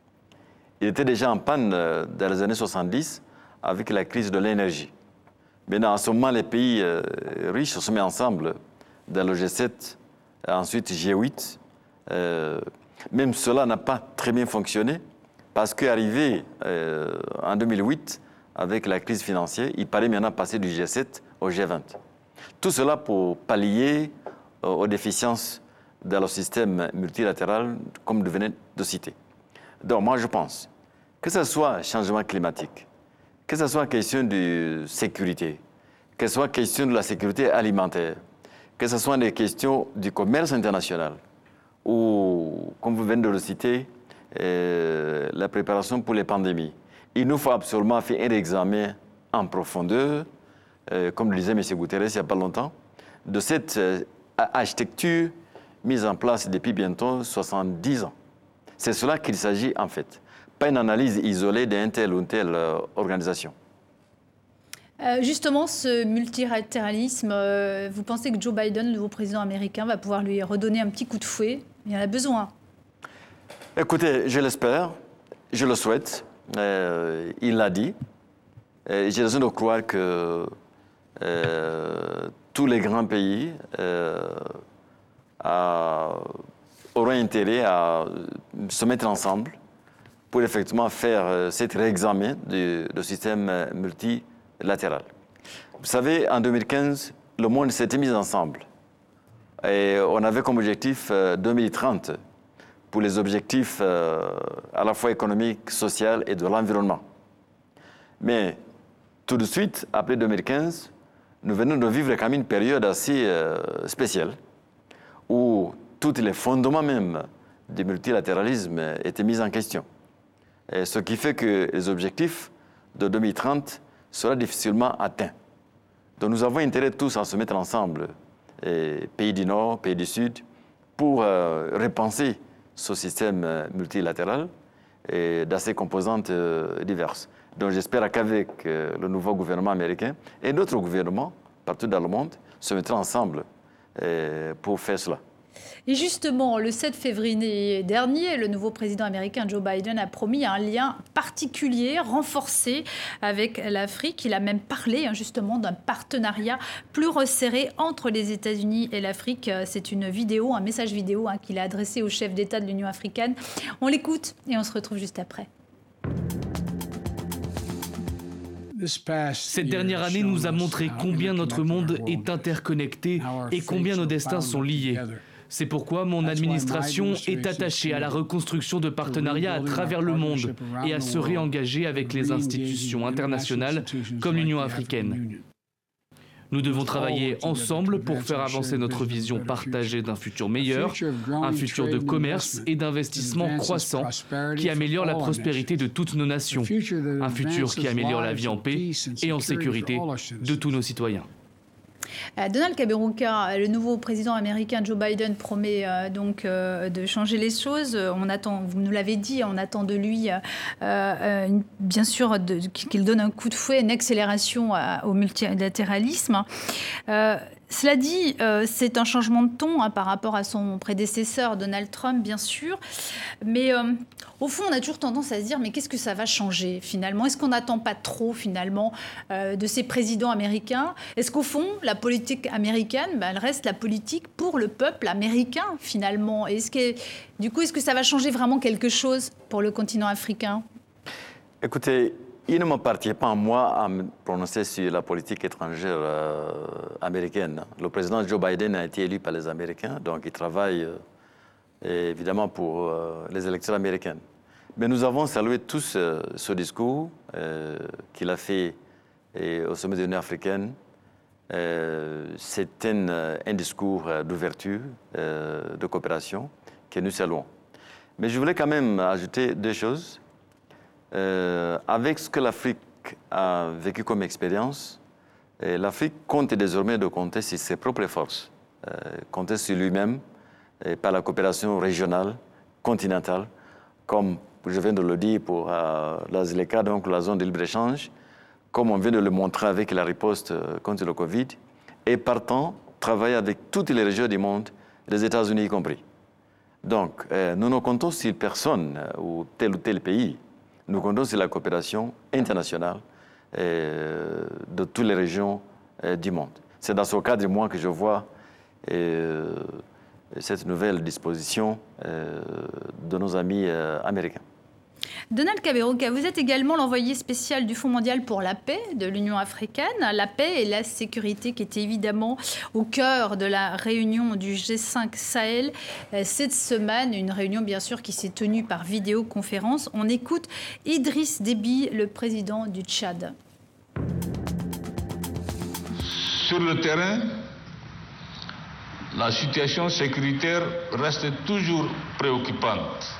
Il était déjà en panne euh, dans les années soixante-dix avec la crise de l'énergie. Maintenant, en ce moment, les pays euh, riches se mettent ensemble dans le G sept, ensuite G huit. Euh, même cela n'a pas très bien fonctionné parce qu'arrivé euh, en deux mille huit, avec la crise financière, il paraît maintenant passer du G sept au G vingt. Tout cela pour pallier euh, aux déficiences dans le système multilatéral, comme vous venez de citer. Donc moi je pense que ce soit changement climatique, que ce soit question de sécurité, que ce soit question de la sécurité alimentaire, que ce soit des questions du commerce international, ou, comme vous venez de le citer, euh, la préparation pour les pandémies. Il nous faut absolument faire un examen en profondeur, Euh, comme le disait M. Guterres il n'y a pas longtemps, de cette euh, architecture mise en place depuis bientôt soixante-dix ans. C'est cela qu'il s'agit en fait, pas une analyse isolée d'une telle ou telle euh, organisation. Euh, justement, ce multilatéralisme, euh, vous pensez que Joe Biden, le nouveau président américain, va pouvoir lui redonner un petit coup de fouet? Il en a besoin. Écoutez, je l'espère, je le souhaite. Euh, il l'a dit. J'ai raison de croire que euh, tous les grands pays euh, à, auront intérêt à se mettre ensemble pour effectivement faire euh, cet réexamen du, du système multilatéral. Vous savez, en deux mille quinze, le monde s'était mis ensemble et on avait comme objectif euh, deux mille trente pour les objectifs euh, à la fois économiques, sociaux et de l'environnement. Mais tout de suite, après deux mille quinze, nous venons de vivre quand même une période assez euh, spéciale où tous les fondements même du multilatéralisme étaient mis en question. Et ce qui fait que les objectifs de deux mille trente seront difficilement atteints. Donc nous avons intérêt tous à se mettre ensemble, et pays du Nord, pays du Sud, pour euh, repenser ce système multilatéral et dans ses composantes euh, diverses. Donc j'espère qu'avec euh, le nouveau gouvernement américain et d'autres gouvernements partout dans le monde se mettront ensemble euh, pour faire cela. Et justement, le sept février dernier, le nouveau président américain Joe Biden a promis un lien particulier, renforcé avec l'Afrique. Il a même parlé justement d'un partenariat plus resserré entre les États-Unis et l'Afrique. C'est une vidéo, un message vidéo hein, qu'il a adressé au chef d'État de l'Union africaine. On l'écoute et on se retrouve juste après. Cette dernière année nous a montré combien notre monde est interconnecté et combien nos destins sont liés. C'est pourquoi mon administration est attachée à la reconstruction de partenariats à travers le monde et à se réengager avec les institutions internationales comme l'Union africaine. Nous devons travailler ensemble pour faire avancer notre vision partagée d'un futur meilleur, un futur de commerce et d'investissement croissant qui améliore la prospérité de toutes nos nations, un futur qui améliore la vie en paix et en sécurité de tous nos citoyens. Donald Kaberuka, le nouveau président américain Joe Biden promet euh, donc euh, de changer les choses. On attend, vous nous l'avez dit, on attend de lui, euh, euh, une, bien sûr, de, qu'il donne un coup de fouet, une accélération à, au multilatéralisme. Euh, Cela dit, euh, c'est un changement de ton hein, par rapport à son prédécesseur Donald Trump, bien sûr. Mais euh, au fond, on a toujours tendance à se dire, mais qu'est-ce que ça va changer finalement? Est-ce qu'on n'attend pas trop finalement euh, de ces présidents américains? Est-ce qu'au fond, la politique américaine, ben, elle reste la politique pour le peuple américain finalement? Est-ce que, du coup, est-ce que ça va changer vraiment quelque chose pour le continent africain? Écoutez, il ne m'appartient pas à moi à me prononcer sur la politique étrangère euh, américaine. Le président Joe Biden a été élu par les Américains, donc il travaille euh, évidemment pour euh, les électeurs américains. Mais nous avons salué tous euh, ce discours euh, qu'il a fait et, au sommet de l'Union africaine. Euh, C'est un, un discours d'ouverture, euh, de coopération que nous saluons. Mais je voulais quand même ajouter deux choses. Euh, avec ce que l'Afrique a vécu comme expérience, l'Afrique compte désormais de compter sur ses propres forces, euh, compter sur lui-même et par la coopération régionale, continentale, comme je viens de le dire pour euh, la ZLECA, donc la zone de libre-échange, comme on vient de le montrer avec la riposte contre le Covid, et partant, travailler avec toutes les régions du monde, les États-Unis y compris. Donc, euh, nous ne comptons sur personne euh, ou tel ou tel pays. Nous comptons sur la coopération internationale euh, de toutes les régions euh, du monde. C'est dans ce cadre, moi, que je vois euh, cette nouvelle disposition euh, de nos amis euh, américains. Donald Kaberuka, vous êtes également l'envoyé spécial du Fonds mondial pour la paix de l'Union africaine. La paix et la sécurité qui étaient évidemment au cœur de la réunion du G cinq Sahel cette semaine. Une réunion bien sûr qui s'est tenue par vidéoconférence. On écoute Idriss Déby, le président du Tchad. Sur le terrain, la situation sécuritaire reste toujours préoccupante.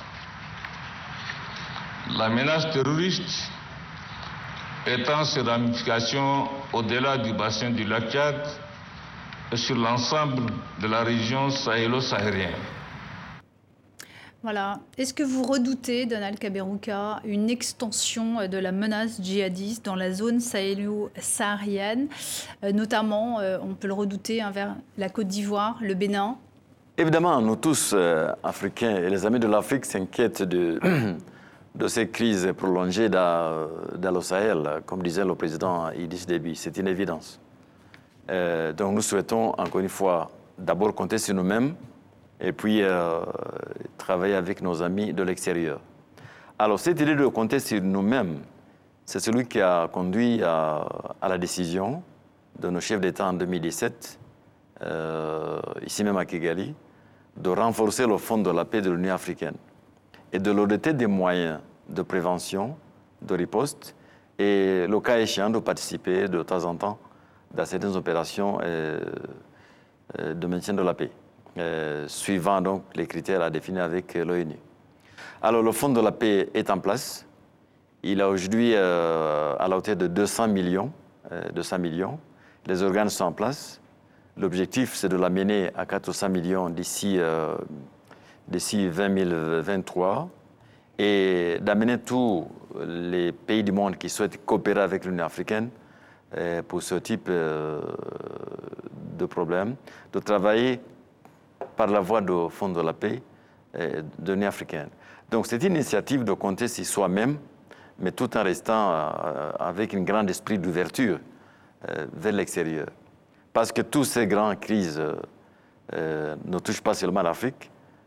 La menace terroriste étend ses ramifications au-delà du bassin du lac Tchad et sur l'ensemble de la région sahélo-saharienne. Voilà. Est-ce que vous redoutez, Donald Kaberuka, une extension de la menace djihadiste dans la zone sahélo-saharienne, euh, notamment, euh, on peut le redouter, hein, vers la Côte d'Ivoire, le Bénin? Évidemment, nous tous, euh, Africains et les amis de l'Afrique, s'inquiètent de... de ces crises prolongées dans, dans le Sahel, comme disait le président Idriss Déby, c'est une évidence. Euh, donc nous souhaitons, encore une fois, d'abord compter sur nous-mêmes et puis euh, travailler avec nos amis de l'extérieur. Alors cette idée de compter sur nous-mêmes, c'est celui qui a conduit à, à la décision de nos chefs d'État en deux mille dix-sept, euh, ici même à Kigali, de renforcer le Fonds de la paix de l'Union africaine et de leur doter des moyens de prévention, de riposte, et le cas échéant de participer de temps en temps dans certaines opérations euh, de maintien de la paix, euh, suivant donc les critères à définir avec l'ONU. Alors le Fonds de la paix est en place. Il a aujourd'hui euh, à la hauteur de deux cents millions, euh, deux cents millions. Les organes sont en place. L'objectif, c'est de l'amener à quatre cents millions d'ici euh, d'ici deux mille vingt-trois et d'amener tous les pays du monde qui souhaitent coopérer avec l'Union africaine pour ce type de problème, de travailler par la voie du Fonds de la paix euh, de l'Union africaine. Donc c'est une initiative de compter sur soi-même, mais tout en restant euh, avec un grand esprit d'ouverture euh, vers l'extérieur. Parce que toutes ces grandes crises euh, euh, ne touchent pas seulement l'Afrique,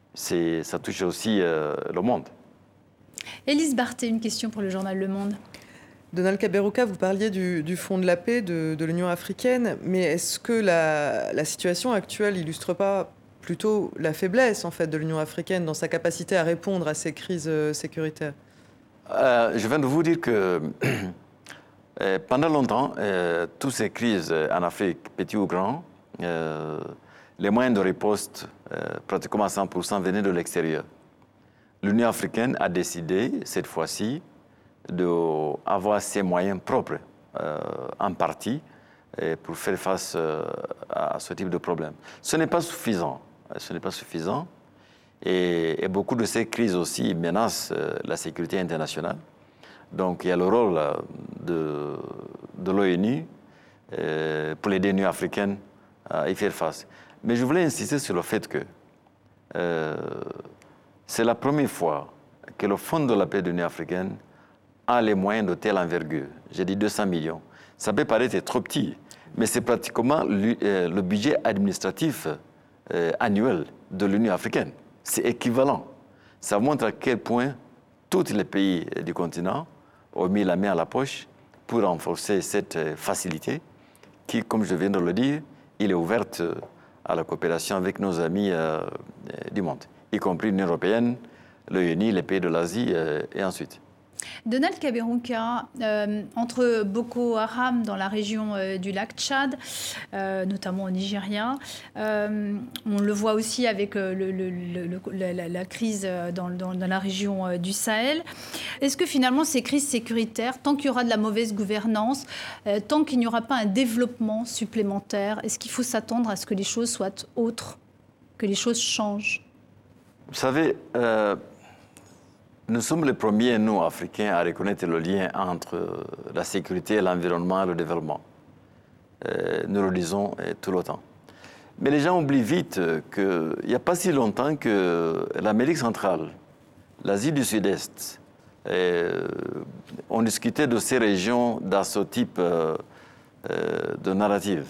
ça touche aussi euh, le monde. Élise Barthé, une question pour le journal Le Monde. Donald Kaberuka, vous parliez du, du Fonds de la paix de, de l'Union africaine, mais est-ce que la, la situation actuelle n'illustre pas plutôt la faiblesse en fait, de l'Union africaine dans sa capacité à répondre à ces crises euh, sécuritaires? euh, Je viens de vous dire que euh, pendant longtemps, euh, toutes ces crises en Afrique, petits ou grands, euh, les moyens de riposte, euh, pratiquement à cent pour cent, venaient de l'extérieur. L'Union africaine a décidé, cette fois-ci, d'avoir ses moyens propres, euh, en partie, pour faire face euh, à ce type de problème. Ce n'est pas suffisant. Ce n'est pas suffisant. Et, et beaucoup de ces crises aussi menacent euh, la sécurité internationale. Donc il y a le rôle euh, de, de l'ONU euh, pour aider l'Union africaine à y faire face. Mais je voulais insister sur le fait que euh, c'est la première fois que le Fonds de la paix de l'Union africaine a les moyens de telle envergure. J'ai dit deux cents millions. Ça peut paraître trop petit, mais c'est pratiquement le, euh, le budget administratif euh, annuel de l'Union africaine. C'est équivalent. Ça montre à quel point tous les pays du continent ont mis la main à la poche pour renforcer cette facilité qui, comme je viens de le dire, il est ouverte à la coopération avec nos amis euh, du monde, y compris l'Union européenne, l'ONU, les pays de l'Asie euh, et ensuite. Donald Kaberuka, euh, entre Boko Haram dans la région euh, du lac Tchad, euh, notamment au Nigeria, euh, on le voit aussi avec euh, le, le, le, la, la crise dans, dans, dans la région euh, du Sahel. Est-ce que finalement ces crises sécuritaires, tant qu'il y aura de la mauvaise gouvernance, euh, tant qu'il n'y aura pas un développement supplémentaire, est-ce qu'il faut s'attendre à ce que les choses soient autres, que les choses changent? Vous savez, euh... nous sommes les premiers, nous, Africains, à reconnaître le lien entre la sécurité, l'environnement et le développement. Euh, nous le disons euh, tout le temps. Mais les gens oublient vite qu'il n'y a pas si longtemps que l'Amérique centrale, l'Asie du Sud-Est, euh, ont discuté de ces régions dans ce type euh, euh, de narrative.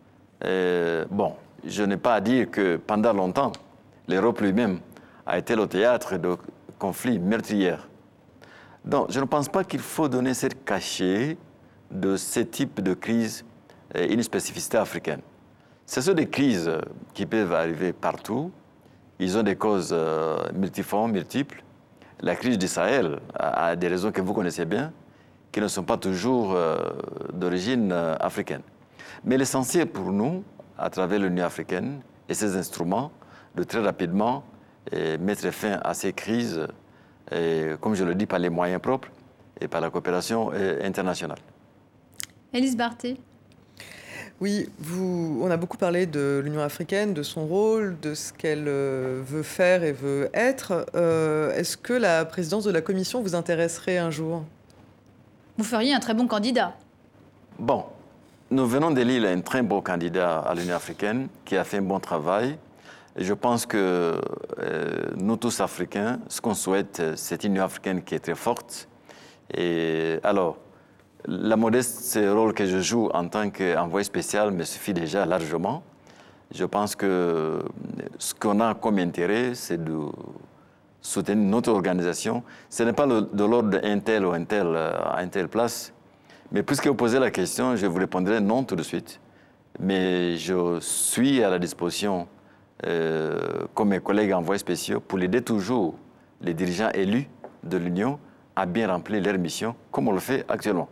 Euh, bon, je n'ai pas à dire que pendant longtemps, l'Europe lui-même a été le théâtre de conflits meurtriers. Donc, je ne pense pas qu'il faut donner cette cachet de ce type de crise et une spécificité africaine. Ce sont des crises qui peuvent arriver partout. Ils ont des causes euh, multiformes, multiples. La crise du Sahel a, a des raisons que vous connaissez bien, qui ne sont pas toujours euh, d'origine euh, africaine. Mais l'essentiel pour nous, à travers l'Union africaine et ses instruments, de très rapidement et mettre fin à ces crises, et, comme je le dis, par les moyens propres et par la coopération internationale. Élise Barthé. Oui, vous, on a beaucoup parlé de l'Union africaine, de son rôle, de ce qu'elle veut faire et veut être. Euh, est-ce que la présidence de la Commission vous intéresserait un jour? Vous feriez un très bon candidat. Bon, nous venons d'élire un très beau candidat à l'Union africaine qui a fait un bon travail. Et je pense que euh, nous tous Africains, ce qu'on souhaite, c'est une Union africaine qui est très forte. Et alors, la modeste rôle que je joue en tant qu'envoyé spécial me suffit déjà largement. Je pense que ce qu'on a comme intérêt, c'est de soutenir notre organisation. Ce n'est pas le, de l'ordre d'un tel ou un tel à une telle place. Mais puisque vous posez la question, je vous répondrai non tout de suite. Mais je suis à la disposition Euh, comme mes collègues envoyés spéciaux, pour aider toujours les dirigeants élus de l'Union à bien remplir leur mission, comme on le fait actuellement.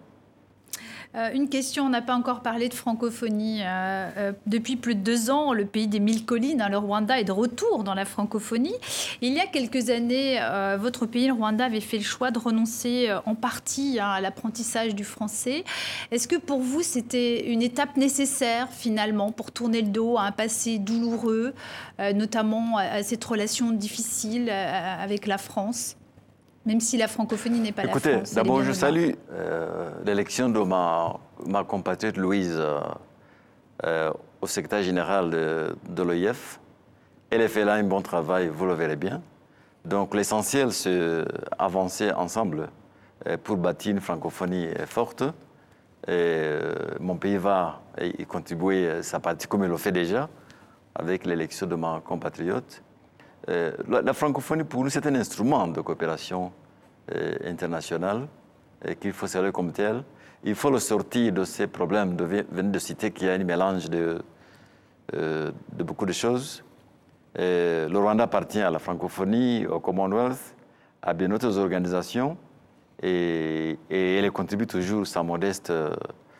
Euh, une question, on n'a pas encore parlé de francophonie. Euh, euh, depuis plus de deux ans, le pays des mille collines, hein, le Rwanda, est de retour dans la francophonie. Il y a quelques années, euh, votre pays, le Rwanda, avait fait le choix de renoncer euh, en partie hein, à l'apprentissage du français. Est-ce que pour vous, c'était une étape nécessaire, finalement, pour tourner le dos à un passé douloureux, euh, notamment à cette relation difficile euh, avec la France ? Même si la francophonie n'est pas Écoutez, la France. Écoutez, d'abord, je salue euh, l'élection de ma, ma compatriote Louise euh, euh, au secrétaire général de, de l'O I F. Elle a fait là un bon travail, vous le verrez bien. Donc l'essentiel, c'est avancer ensemble pour bâtir une francophonie forte. Et mon pays va y contribuer sa partie, comme il le fait déjà, avec l'élection de ma compatriote. La, la francophonie, pour nous, c'est un instrument de coopération internationale qu'il faut servir comme tel. Il faut le sortir de ces problèmes. De venir de citer qu'il y a un mélange de, euh, de beaucoup de choses. Et le Rwanda appartient à la francophonie, au Commonwealth, à bien d'autres organisations. Et, et elle contribue toujours sa modeste, euh,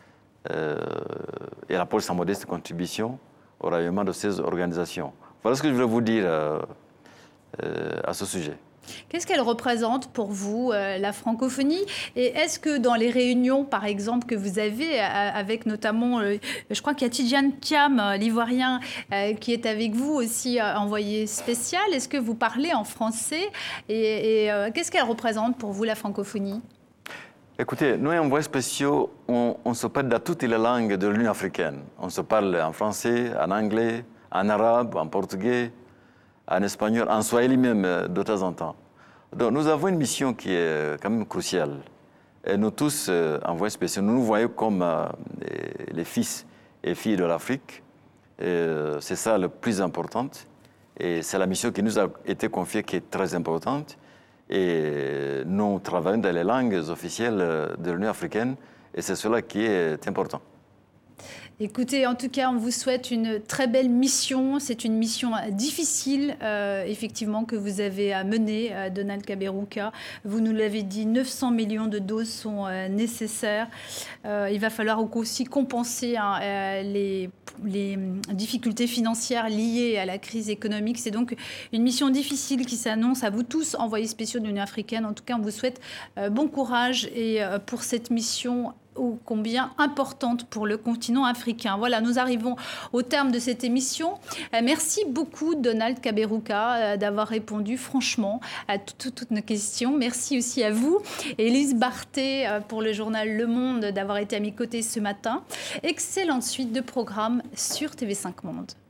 elle apporte sa modeste contribution au rayonnement de ces organisations. Voilà ce que je voulais vous dire euh, euh, à ce sujet. Qu'est-ce qu'elle représente pour vous, euh, la francophonie? Et est-ce que dans les réunions, par exemple, que vous avez euh, avec notamment, euh, je crois qu'il y a Tidjane Thiam, euh, l'Ivoirien, euh, qui est avec vous aussi, euh, envoyé spécial, est-ce que vous parlez en français? Et, et euh, qu'est-ce qu'elle représente pour vous, la francophonie? Écoutez, nous, envoyés spéciaux, on, on se parle de toutes les langues de l'Union africaine. On se parle en français, en anglais, en arabe, en portugais, en espagnol, en swahili même de temps en temps. Donc nous avons une mission qui est quand même cruciale. Et nous tous, euh, envoyés spéciaux, nous nous voyons comme euh, les fils et filles de l'Afrique. Euh, c'est ça le plus important. Et c'est la mission qui nous a été confiée qui est très importante. Et nous travaillons dans les langues officielles de l'Union africaine. Et c'est cela qui est important. Écoutez, en tout cas, on vous souhaite une très belle mission. C'est une mission difficile, euh, effectivement, que vous avez à mener, euh, Donald Kaberuka. Vous nous l'avez dit, neuf cents millions de doses sont euh, nécessaires. Euh, il va falloir aussi compenser hein, euh, les, les difficultés financières liées à la crise économique. C'est donc une mission difficile qui s'annonce à vous tous, envoyés spéciaux de l'Union africaine. En tout cas, on vous souhaite euh, bon courage et euh, pour cette mission ô combien importante pour le continent africain. Voilà, nous arrivons au terme de cette émission. Euh, merci beaucoup, Donald Kaberuka, euh, d'avoir répondu franchement à toutes nos questions. Merci aussi à vous, Élise Barthé, euh, pour le journal Le Monde, d'avoir été à mes côtés ce matin. Excellente suite de programmes sur T V cinq Monde.